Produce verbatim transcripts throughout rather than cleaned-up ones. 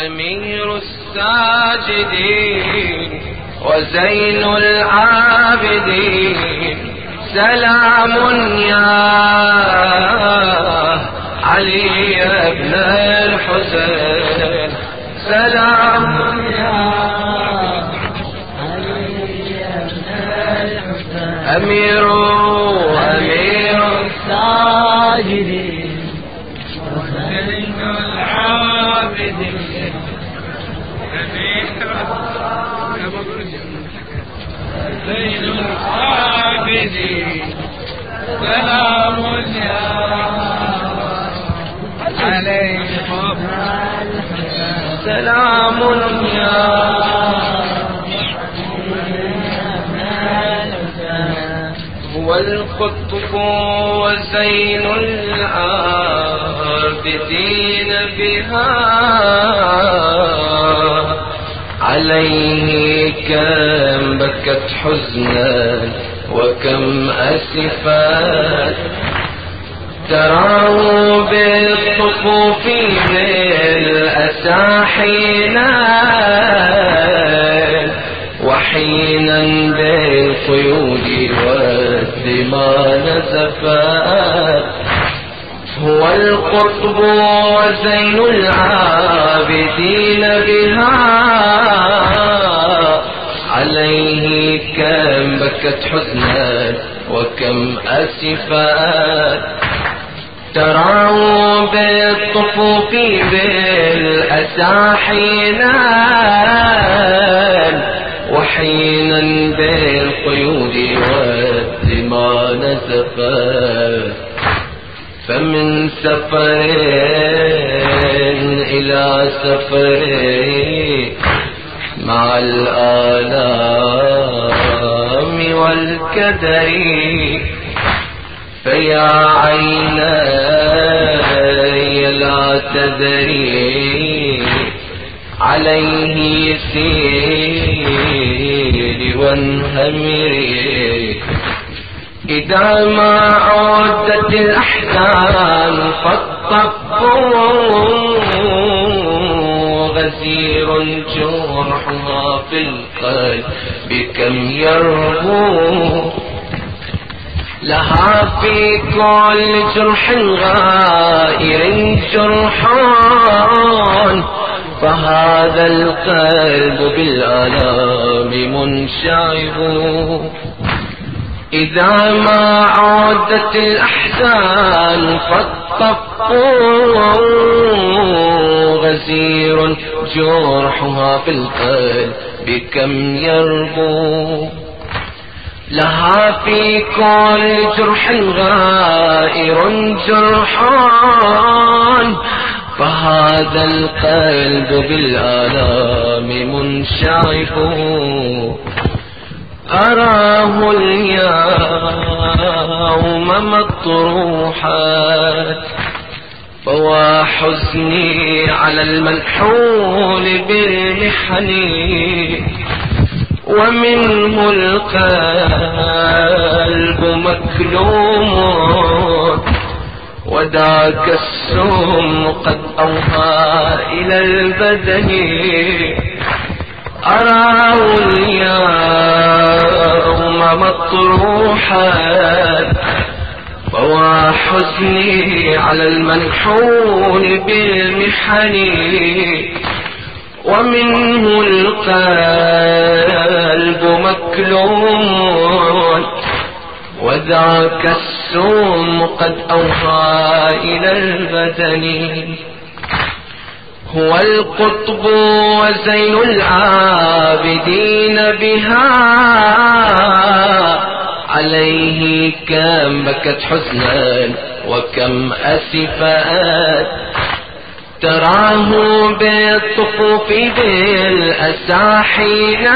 أمير الساجدين وزين العابدين سلام يا علي بن الحسين سلام يا أمير أمير الساجدين وزين العابدين زين العابدين سلام يا عليكم سلام يا هو القطب وزين العابدين بها عليه كم بكت حزنا وكم أسفت تراه بالصفوف بالأسى حينا وحينا بالقيود والدماء نزفت هو القطب وزين العابدين بها عليه كم بكت حزنا وكم أسفت تراه بالطفوف بالأسى حينا وحينا بالقيود والدماء نزفت فمن سفر إلى سفر مع الآلام والكدر فيا عيني لا تدري عليه سيري وانهمري إذا ما عدت الأحزان فالطب غزير جرحها في القلب كم يربو لها في كل جرح غائر جرحان فهذا القلب بالآلام منشعب إذا ما عادت الأحزان فالطف غزير جرحها في القلب كم يربو لها في كل جرح غائر جرحان فهذا القلب بالآلام منشعب أراه اليوم مطروحا فوا حزني على المنحول بالمحن ومنه القلب مكلوم وذاك السم قد أوحى إلى البدن أراه اليوم مطروحا فوا حزني على المنحول بالمحن ومنه القلب مكلوم وذاك السم قد أوحى إلى البدن هو القطب وزين العابدين بها عليه كم بكت حزنا وكم أسفت تراه بالطفوف بالأسى حينا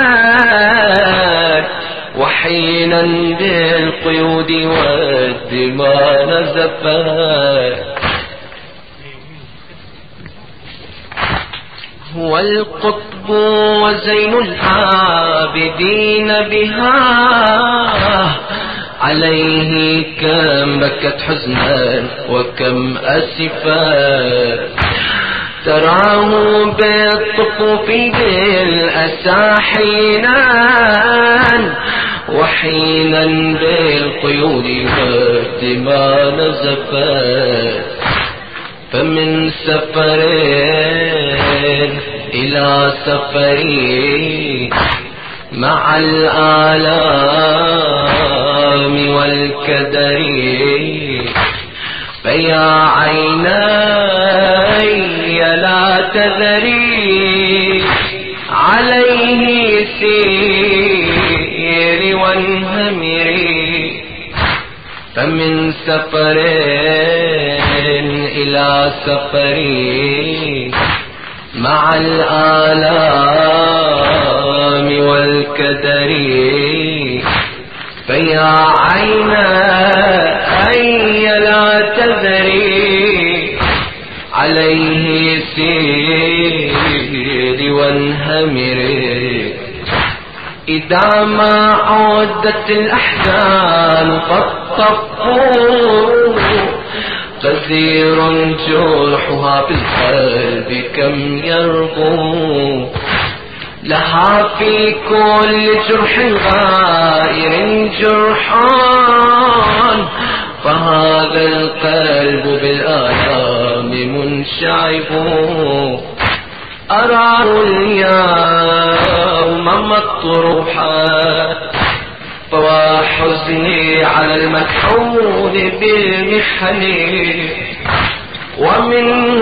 وحينا بالقيود والدماء نزفت هو القطب وزين العابدين بها عليه كم بكت حزنا وكم أسفت تراه بالطفوف بالأسى حينا وحينا بالقيود والدماء نزفت فمن سفر إلى سفر مع الآلام والكدر فيا عيني لا تذري عليه سيري وانهمري فمن سفر إلى سفر مع الآلام والكدر فيا عيني لا تذري عليه سيري وانهمري إذا ما عودت الأحزان فالطفور غزير جرحها بالقلب كم يرقو لها في كل جرح غائر جرحان فهذا القلب بالآلام منشعب أراه اليوم مطروحا فوا حزني على المكحول بالمحن ومنه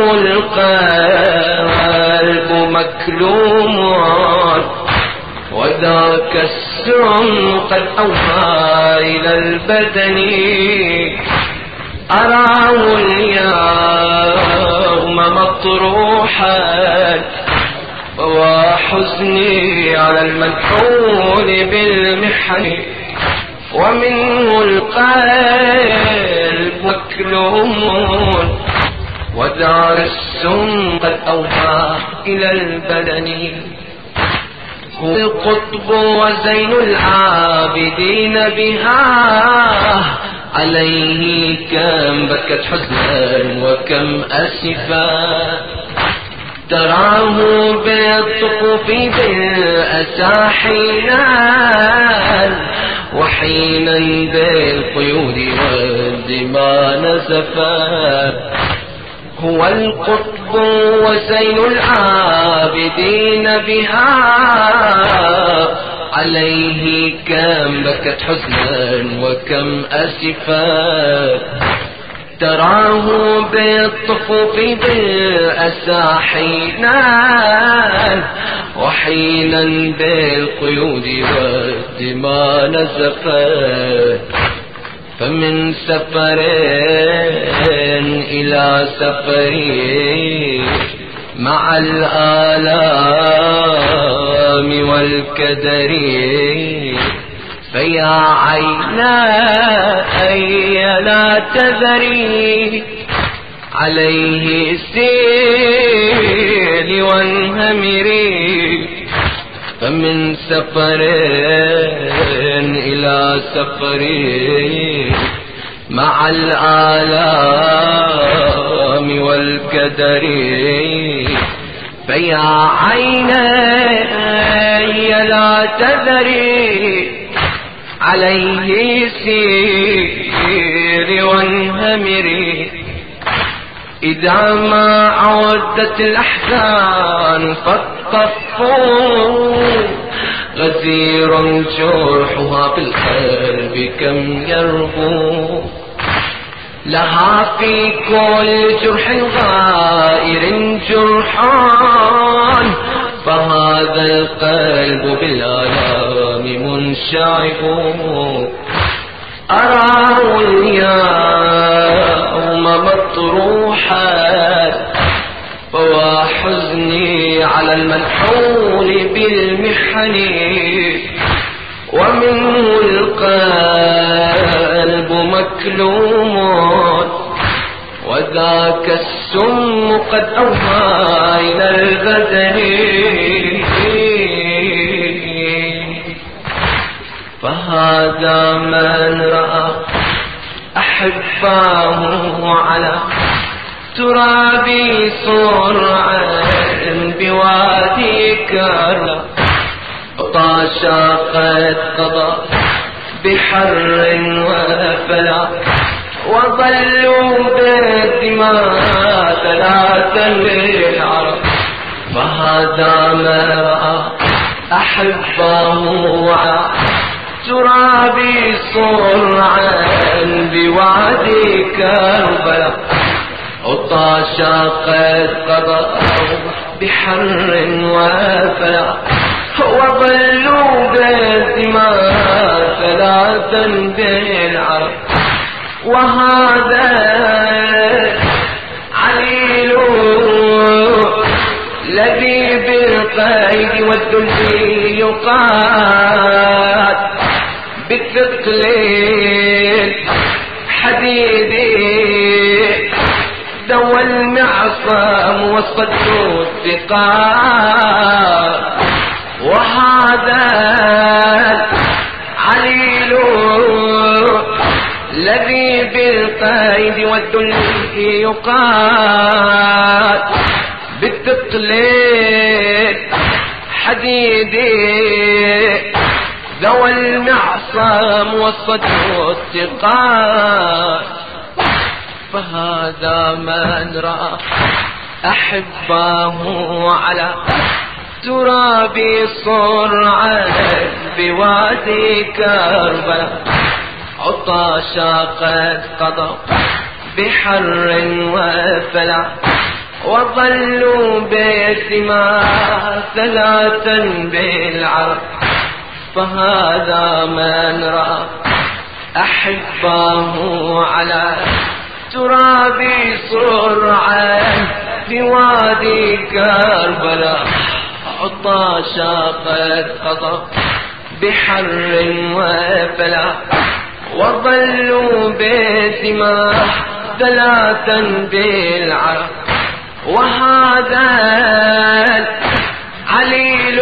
القلب مكلوم وذاك السم قد أوحى إلى البدن أراه اليوم مطروحا وحزني على المكحول بالمحن ومنه القلب مكلوم ودار السم قد أوحى إلى البدن هو القطب وزين العابدين بها عليه كم بكت حزنا وكم أسفا تراه بالطفوف بالأسى حينا وحينا بالقيود والدماء نزفا هو القطب وزين العابدين بها عليه كم بكت حزنا وكم أسفا تراه بالطفوف بالأسى حينا وحينا بالقيود والدماء نزفا فمن سفر إلى سفر مع الآلام والكدر فيا عيني لا تذري عليه سيري وانهمري فمن سفر إلى سفر مع الآلام والكدر فيا عيني لا تذري عليه سيري وانهمري إذا ما عودت الأحزان فالطفور غزير جرحها بالقلب كم يربو لها في كل جرح غائر جرحان فهذا القلب بالآلام منشعب أراه اليوم مطروحا فوا حزني على المنحول بالمحن ومنه القلب مكلوم وذاك السم قد أوحى إلى البدن فهذا من رأى أحباه على ترابي سرعا بوادي كربلاء طاشا قد قضى بحر وفلا وظلوا بالدماء ثلاثا للعرب فهذا ما رأى أحبه وعى ترابي صرعا بوادي كربلاء وطاشا قد قضى بحر وفلا وظلوا بالدماء ثلاثا بالعرب وهذا عليل الذي بالقيد والذل يقاد بالثقلين حديدي ذوى المعصم والصد الثقال وهذا عليل الذي بالقيد والذل يقاد بالثقلين حديدي ذوى المعصم والصد الثقال فهذا من رأى أحباه على تراب صرعا بوادي كربلاء عطاشا قد قضى بحر وفلا وظلوا بالدماء ثلاثا بالعرب فهذا من رأى أحباه على تراب صرعا بوادي كربلاء عطاشا قد قضى بحر وفلا وظلوا بالدماء ثلاثا بالعرب وهذا عليل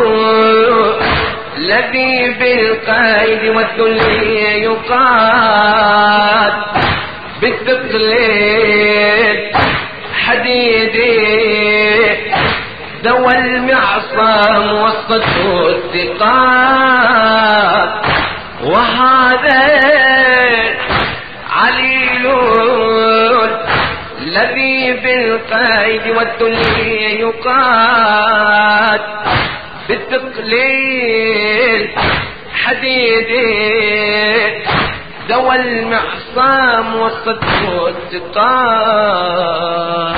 الذي بالقيد والذل يقاد بالثقلين حديدي ذوى المعصم والصد الثقال وهذا عليل الذي بالقيد والذل يقاد بالثقلين حديدي ذوى المعصم والصد الثقال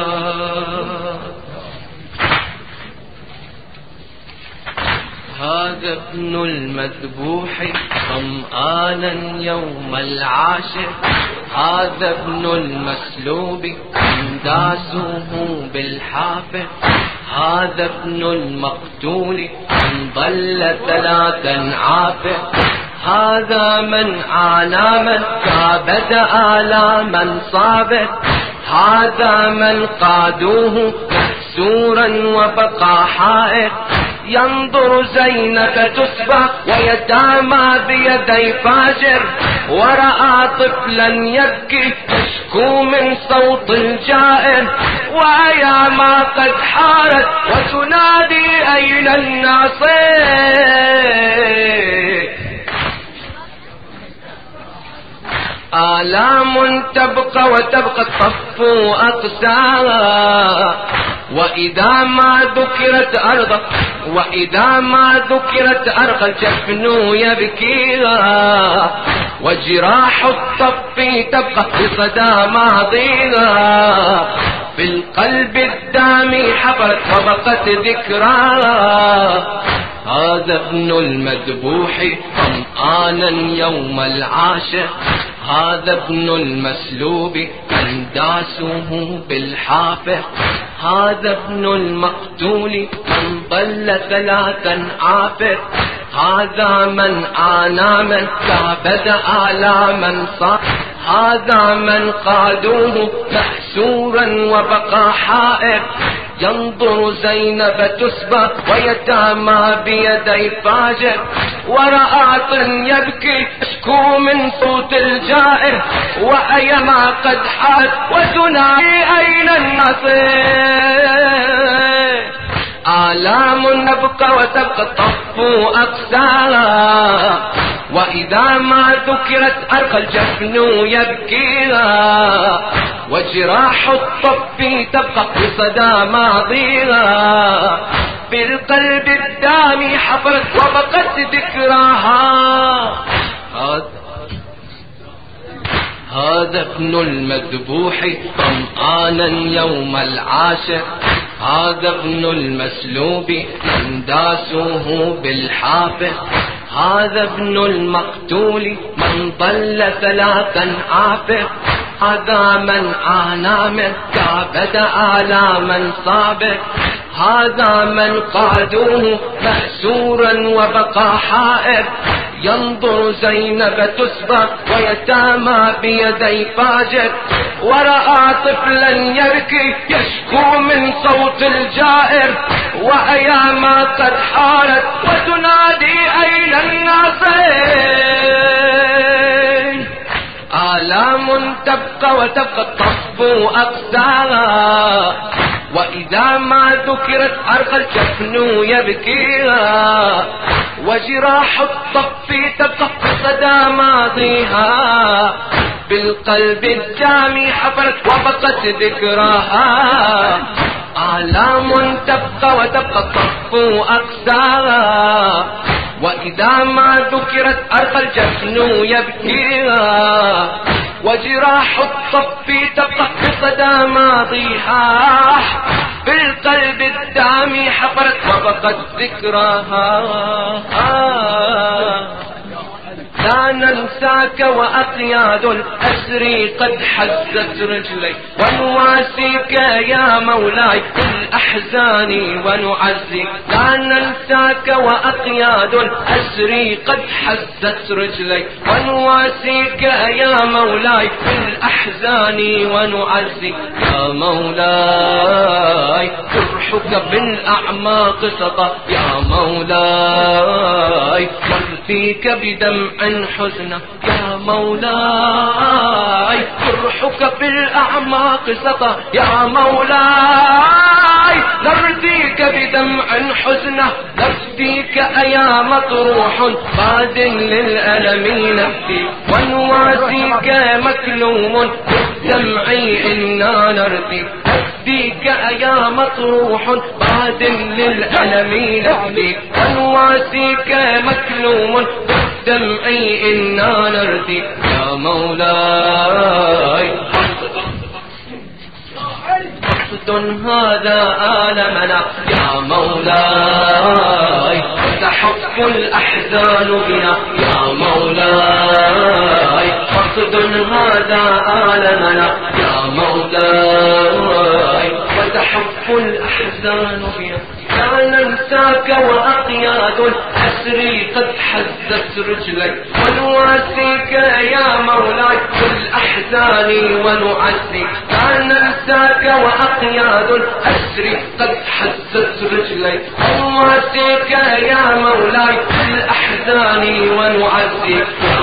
هذا ابن المذبوح ظمآنا يوم العاشر هذا ابن المسلوب انداسه بالحافر هذا ابن المقتول من ضل ثلاثا عافر هذا من عانى من كابد آلاما صابر هذا من قادوه محسورا وبقى حائر ينظر زينب تسبى ويتامى بيدي فاجر ورأى طفلا يبكي يشكو من صوت الجائر ويا ما قد حارت وتنادي أين الناصر آلام تبقى وتبقى الصف أقساها وإذا ما ذكرت أرض وإذا ما ذكرت أرض الجفن يبكيها وجراح الصف تبقى بصدى ماضيها في القلب الدامي حفرت وبقت ذكراها هذا ابن المذبوح طمآنا يوم العاشر هذا ابن المسلوب انداسه بالحافر هذا ابن المقتول من ضل ثلاثا عافر هذا من عانى من كابد آلاما صار هذا من قادوه محسورا وبقى حائر ينظر زينب تسبى ويتامى بيدي فاجر ورأى يبكي يشكو من صوت الجائر وأيما قد حاد وتنادي أين النصير آلام نبقى وتبقى الطف أقساها، وإذا ما ذكرت أرقى الجفن يبكيها، وجراح الطف تبقى بصدى ماضيها، بالقلب الدامي حفرت وبقت ذكراها. هذا ابن المذبوح طمآنا يوم العاشر، هذا ابن المسلوب من داسوه بالحافر، هذا ابن المقتول من ضل ثلاثا عافر، هذا من عانى من كابد آلاما صابر، هذا من قادوه مأسورا وبقى حائر، ينظر زينب تسبى ويتامى بيدي فاجر، ورأى طفلا يبكي يشكو من صوت الجائر، وأياما قد حارت وتنادي أين الناصرين. آلام تبقى وتبقى الطف أقساها، وإذا ما ذكرت أرقى الجفن يبكيها، وجراح الطف تبقى صدى ماضيها، بالقلب الجامي حفرت وبقت ذكراها. آلام تبقى وتبقى الطف أقساها، وإذا ما ذكرت أرقى الجفن يبكيها، وجراح الطف تبقى بصدى ماضيها، بالقلب الدامي حفرت وبقت ذكراها. لا ننساك وأقياد الأسر قد حزت رجلي، ونواسيك يا مولاي بالأحزان ونعزيك. لا ننساك وأقياد الأسر قد حزت رجلي، ونواسيك يا مولاي بالأحزان ونعزيك. يا مولاي جرحك بالأعماق سطى، يا مولاي فيك بدمع حزنا، يا مولاي جرحك بالأعماق سطى، يا مولاي نرثيك بدمع حزنا، نفديك أيا مطروح باد للألم نفدي، ونواسيك مكلوم بالدمع إنا نرثي، نفديك أيا مطروح باد للألم نفدي، ونواسيك مكلوم بالدمع إنا نرثي. يا مولاي قصد هذا آلمنا، يا مولاي تحف الأحزان بنا، يا مولاي قصد هذا آلمنا، يا مولاي وتحف الأحزان بنا. لا ننساك وأقياد الأسر قد حزت رجلي، ونواسيك يا مولاي بالأحزان ونعزيك. لا ننساك وأقياد الأسر قد حزت رجلي، ونواسيك يا مولاي بالأحزان ونعزيك. يا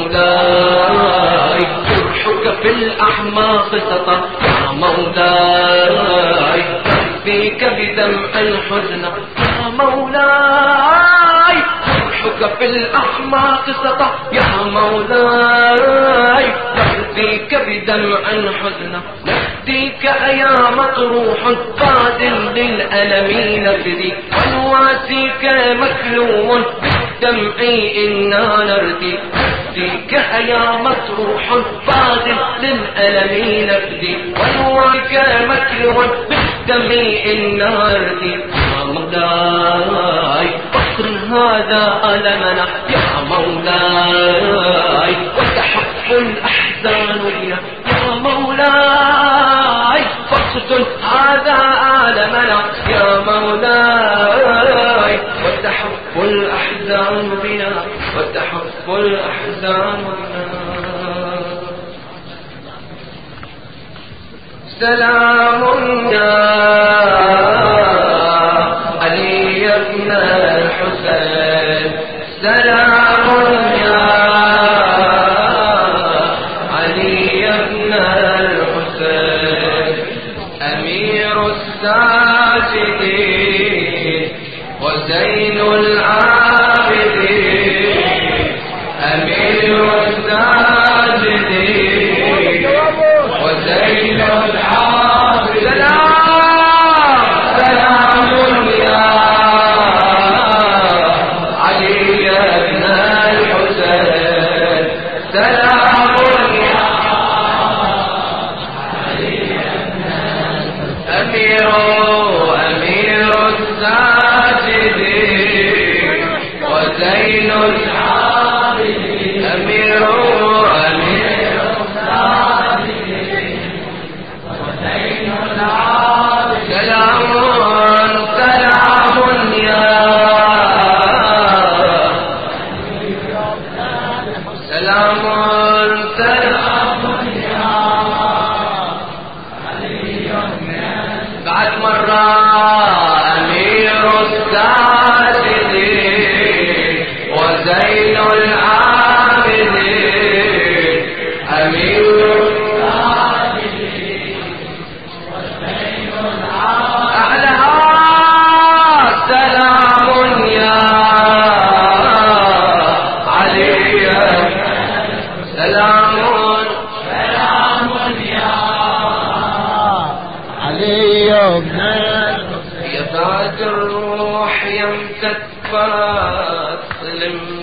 مولاي جرحك في الأعماق سطى، يا مولاي فيك بدمع حزنا، يا مولاي جرحك في الأعماق سطى، يا مولاي فيك بدمع حزنا، نفديك يا مطروح قاد للألم نفدي، ونواسيك مكلوم بالدمع إنا نردي، نفديك يا مطروح قاد للألم نفدي، ونواسيك مكلوم بالدمع إنا نردي. يا مولاي فصل هذا ألمنا، يا مولاي وتحف الأحزان بنا، يا مولاي فصل هذا ألمنا، يا مولاي وتحف الأحزان بنا، وتحف الأحزان بنا. سلام يا علي بن الحسين، سلام يا علي بن الحسين، أمير الساجدين وزين العابدين أمير الساجدين وزين العابدين سلام يا علي بن الحسين سلام يا علي بن أمير أمير الساجدين وزين العابدين أمير أمير الساجدين وزين العابدين سلام سلام يا سلام سلام يا علي بعد مرة أمير الساجدين وزين العابدين أمير الساجدين وزين العابدين أعلها سلام يا علي سلام سلام يا علي بن يا تاج الروح يمسك فاصل من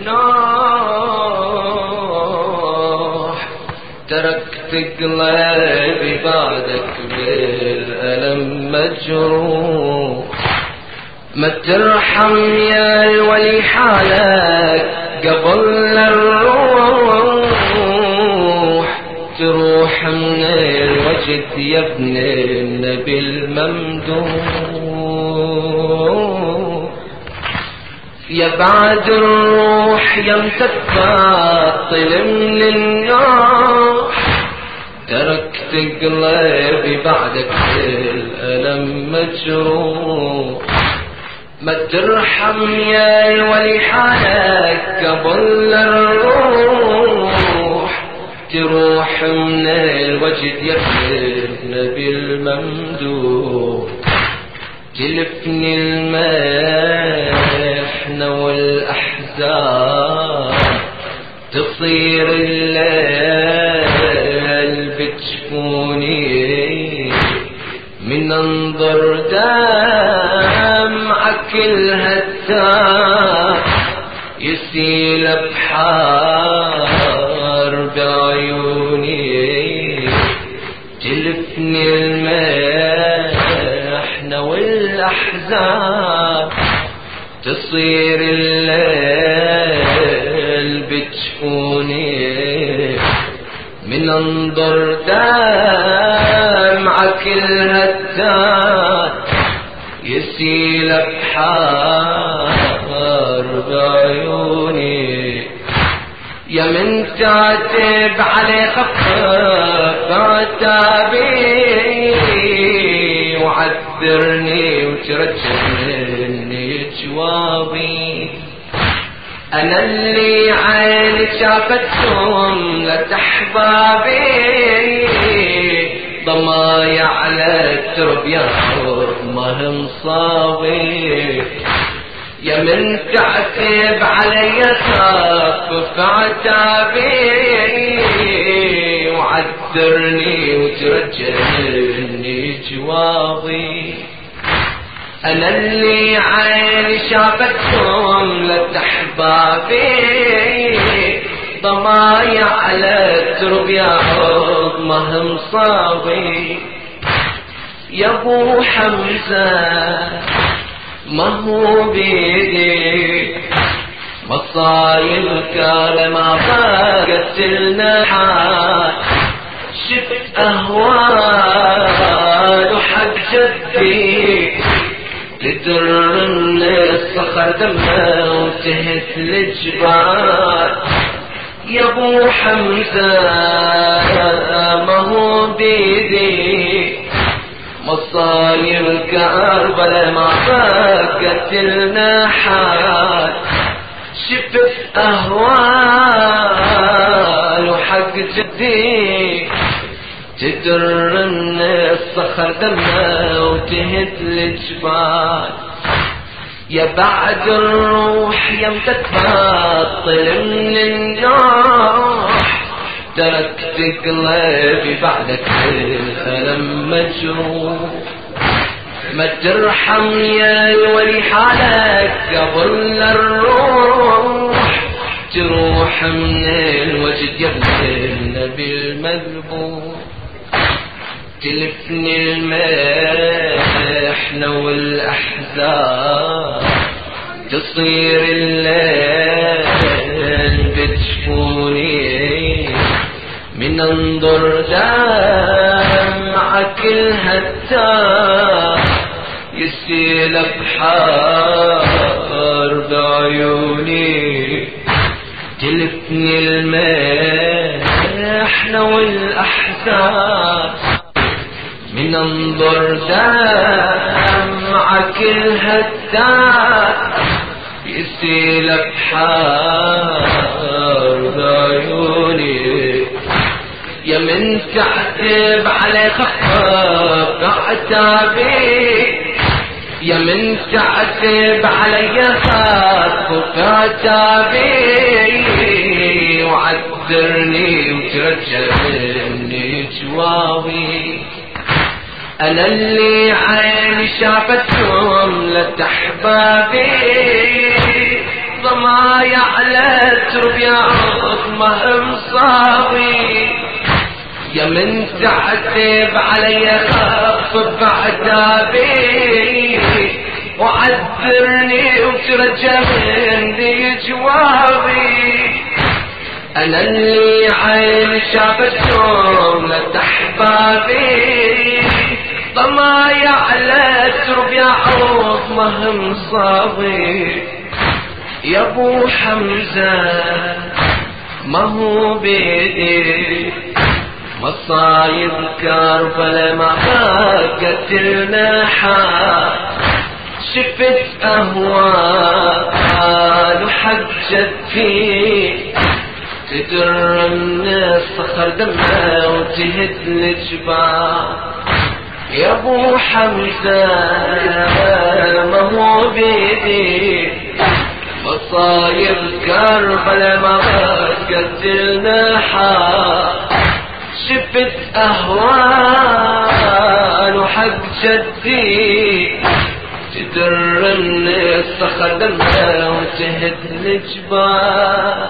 النوح تركت قلبي بعدك بالألم مجروح ما ترحم يا الولي حالك قبل الروح تروح من الوجد يا ابن النبي الممدوح يا بعد الروح يا متفاطل من النوح تركت قلبي بعدك الألم مجروح ما ترحم يا الولي حالك قبل الروح تروح من الوجد يا النبي الممدوح تلفني المحنة والأحزان تصير الليل بتشفوني من انظر دمعك الهتان يسيل بحار بعيوني تلفني المحنة والأحزان تصير الليل بتشفوني من انظر دمعك الهتان يسيل بحار بعيوني يا من تعتب علي خفف عتابي وعذرني وترجعني جوابي أنا اللي عيني شافتهم لتحبابي ضمايا على الترب يا ما هم صابي يا من تعتب علي خفف عتابي وعذرني وترجعني جوابي أنا اللي عيني شافتهم لتحبابي ضمايا على الترب يا ما هم صابي يا ابو حمزة ما هو بيدي مصايب كلمة باقت لنا حال شفت أهوال وحق جدي لدرن الصخر دمه وتهت الجبال يا ابو حمزة ما هو بيدي مصايب كربلاء ما باقت لنا حال شفت أهوال وحق جدي تدرن الصخر دمه وتهد الجبال يا بعد الروح يمتى تبطل من النوح، تركت قلبي بعدك الألم مجروح. ما ترحم يا الولي حالك قبل الروح، تروح من الوجد يا ابن النبي المذبوح. تلفني المحنة والأحزان، تصير الليل بتشفوني من انظر دمعك الهتان، يسيل بحار بعيوني. تلفني المحنة والأحزان من انظر دمعك الهتان، يسيل بحار بعيوني. يا من تعتب علي خفف عتابي، يا من تعتب علي خفف عتابي، وعذرني وترجعني جواوي. أنا اللي عيني شافتهم لتحبابي، ضمايا على ترب يا عظمه مصاوي. يا من تعتب علي خفف عتابي، وعذرني وترجعني جوابي. أنا اللي عين شافتهم لتحبابي، ضمايا على ترب يا عظمه مصاوي. يا ابو حمزة ما هو بيدي مصايب كربلاء، ما قتلنا حال. شفت أهوال وحجتي تدر من الصخر دمها وتهد الجبال. يا ابو حمزة ما هو بيدي مصايب كربلاء، ما قتلنا حال. شفت أهوال وحق جدي تدر من الصخر دمها وتهد الجبال.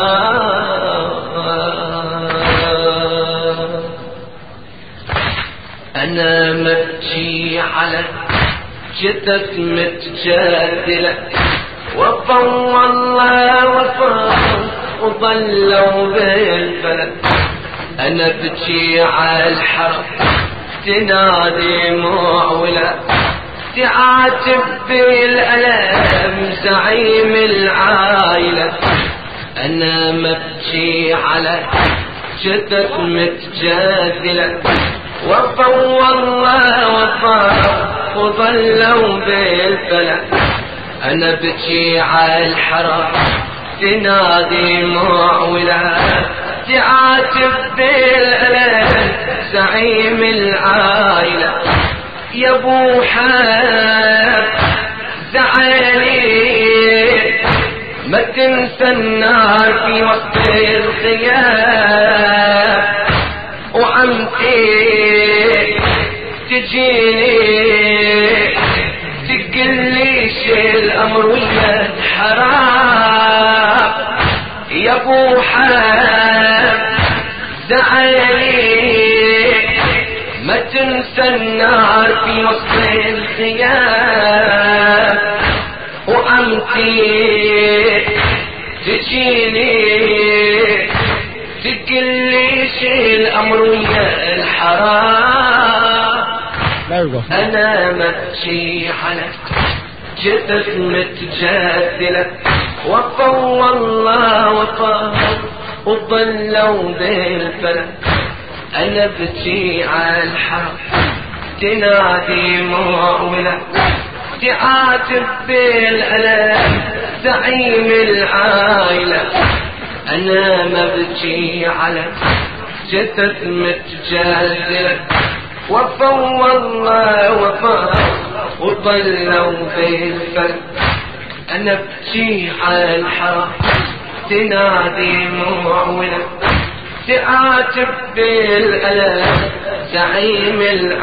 أنا مبكي على جدك متجادلة، وفا والله وفا وظلوا بالفلك. أنا بجي على الحرب تنادي معولة، تعاتب بالألم زعيم العائلة. أنا مبجي على جدك متجادلة، وفا والله وفا وظلوا بالفلك. أنا بجي على الحرب تنادي معولة، تعاتب بالألم زعيم العائلة. يا ابو حاب زعلي ما تنسى النار في وقت الخيام، وعمتي تجيني تقلي شي الأمر ويا حرام. يا ابو حاب زعلي ما تنسى النار في وسط الخيام، وعمتي تجيني تقلي شي الأمر ويا الحرام. أنا مبكي على جدك متجادلة، وفا والله وفا وظلوا بالفلك. أنا بجي على الحرب تنادي معولة، تعاتب بالألم زعيم العائلة. أنا ما بجي على جدك متجادلة، وفا والله وفا وظلوا بالفلك. أنا بشي على الحرام تنادي معولة تعاتب بالألم زعيم